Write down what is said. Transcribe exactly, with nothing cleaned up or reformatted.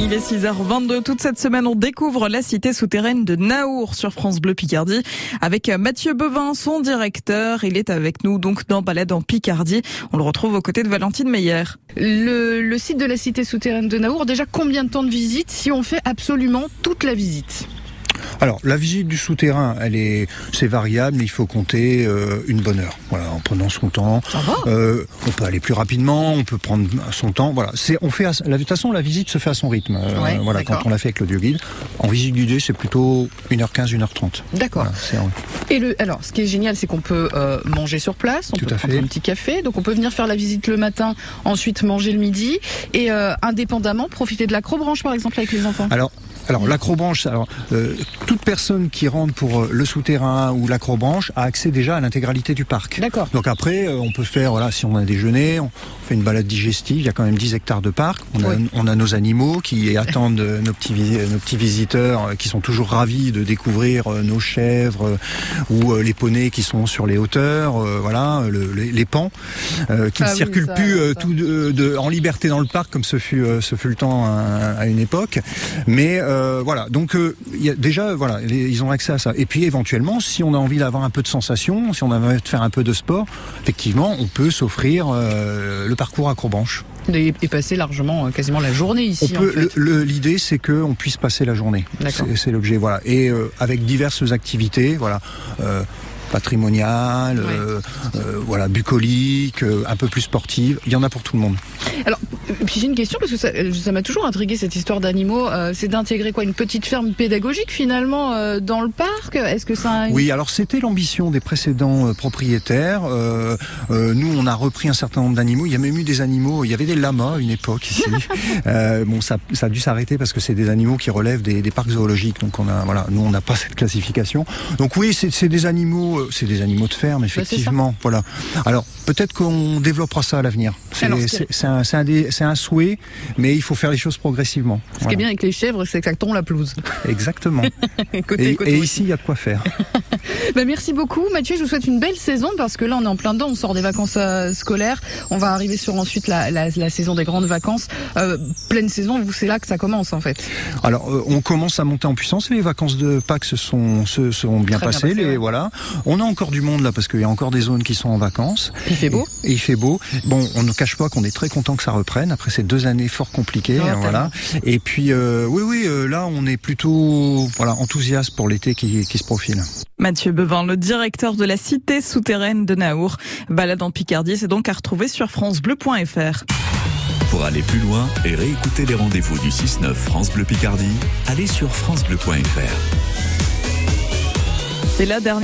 Il est six heures vingt-deux. Toute cette semaine, on découvre la cité souterraine de Naour sur France Bleu Picardie avec Mathieu Bevin, son directeur. Il est avec nous donc dans Balade en Picardie. On le retrouve aux côtés de Valentine Meyer. Le, le site de la cité souterraine de Naour, déjà combien de temps de visite si on fait absolument toute la visite ? Alors, la visite du souterrain, elle est, c'est variable, mais il faut compter euh, une bonne heure. Voilà, en prenant son temps. Ça va. Euh, on peut aller plus rapidement, on peut prendre son temps. Voilà, c'est, on fait, à, la, de toute façon, la visite se fait à son rythme. Euh, ouais, voilà, d'accord. quand on l'a fait avec l'audioguide. En visite guidée, c'est plutôt une heure quinze, une heure trente. D'accord. Voilà, c'est... Et le, alors, ce qui est génial, c'est qu'on peut euh, manger sur place, on Tout peut à prendre fait. un petit café, donc on peut venir faire la visite le matin, ensuite manger le midi, et euh, indépendamment profiter de l'acrobranche, par exemple, avec les enfants. Alors, Alors l'acrobranche, alors euh, toute personne qui rentre pour euh, le souterrain ou l'acrobranche a accès déjà à l'intégralité du parc. D'accord. Donc après, euh, on peut faire, voilà, si on a déjeuné, on fait une balade digestive. Il y a quand même dix hectares de parc. On a, Oui. on a nos animaux qui attendent euh, nos petits visi- nos petits visiteurs euh, qui sont toujours ravis de découvrir euh, nos chèvres euh, ou euh, les poneys qui sont sur les hauteurs. Euh, voilà, le, les, les pans euh, qui Ah ne oui, circulent ça, plus euh, ça. tout de, de, en liberté dans le parc comme ce fut euh, ce fut le temps à, à une époque. Mais euh, Euh, voilà, donc euh, y a déjà, voilà, les, ils ont accès à ça. Et puis éventuellement, si on a envie d'avoir un peu de sensation, si on a envie de faire un peu de sport, effectivement, on peut s'offrir euh, le parcours acrobranche. Et, et passer largement, euh, quasiment la journée ici. On peut, en fait. le, le, l'idée, c'est qu'on puisse passer la journée. D'accord. C'est, c'est l'objet, voilà. Et euh, avec diverses activités, voilà. Euh, patrimoniale, Ouais. euh, euh, voilà, bucolique, euh, un peu plus sportive. Il y en a pour tout le monde. Alors, puis j'ai une question parce que ça, ça m'a toujours intrigué cette histoire d'animaux. Euh, c'est d'intégrer quoi, une petite ferme pédagogique finalement euh, dans le parc. Est-ce que ça a une... Oui, alors c'était l'ambition des précédents euh, propriétaires. Euh, euh, nous, on a repris un certain nombre d'animaux. Il y a même eu des animaux. Il y avait des lamas à une époque ici. euh, bon, ça, ça a dû s'arrêter parce que c'est des animaux qui relèvent des, des parcs zoologiques. Donc on a, voilà, nous on n'a pas cette classification. Donc oui, c'est, c'est des animaux, euh, c'est des animaux de ferme, effectivement. Bah, voilà. Alors peut-être qu'on développera ça à l'avenir. C'est, Alors, ce c'est, qui est- c'est, un, c'est, un des, c'est un souhait, mais il faut faire les choses progressivement. Ce qui est Voilà. bien avec les chèvres, c'est que ça tombe la pelouse. Exactement. côté, Et, côté et aussi. ici, il y a de quoi faire. Bah, merci beaucoup Mathieu, je vous souhaite une belle saison parce que là on est en plein dedans, on sort des vacances euh, scolaires, on va arriver sur ensuite la, la, la saison des grandes vacances, euh, pleine saison, vous c'est là que ça commence en fait. Alors, euh, on commence à monter en puissance. Les vacances de Pâques se sont, se sont bien Très bien passées. passées, les, ouais. voilà. On a encore du monde là parce qu'il y a encore des zones qui sont en vacances. Il fait beau. Et, et il fait beau. Bon, on ne cache pas qu'on est très content que ça reprenne après ces deux années fort compliquées. Oh, hein, voilà. Et puis, euh, oui, oui, euh, là, on est plutôt, voilà, enthousiaste pour l'été qui, qui se profile. Mathieu Bevin, le directeur de la cité souterraine de Naour. Balade en Picardie, c'est donc à retrouver sur francebleu point fr. Pour aller plus loin et réécouter les rendez-vous du six neuf France Bleu Picardie, allez sur francebleu point fr. C'est la dernière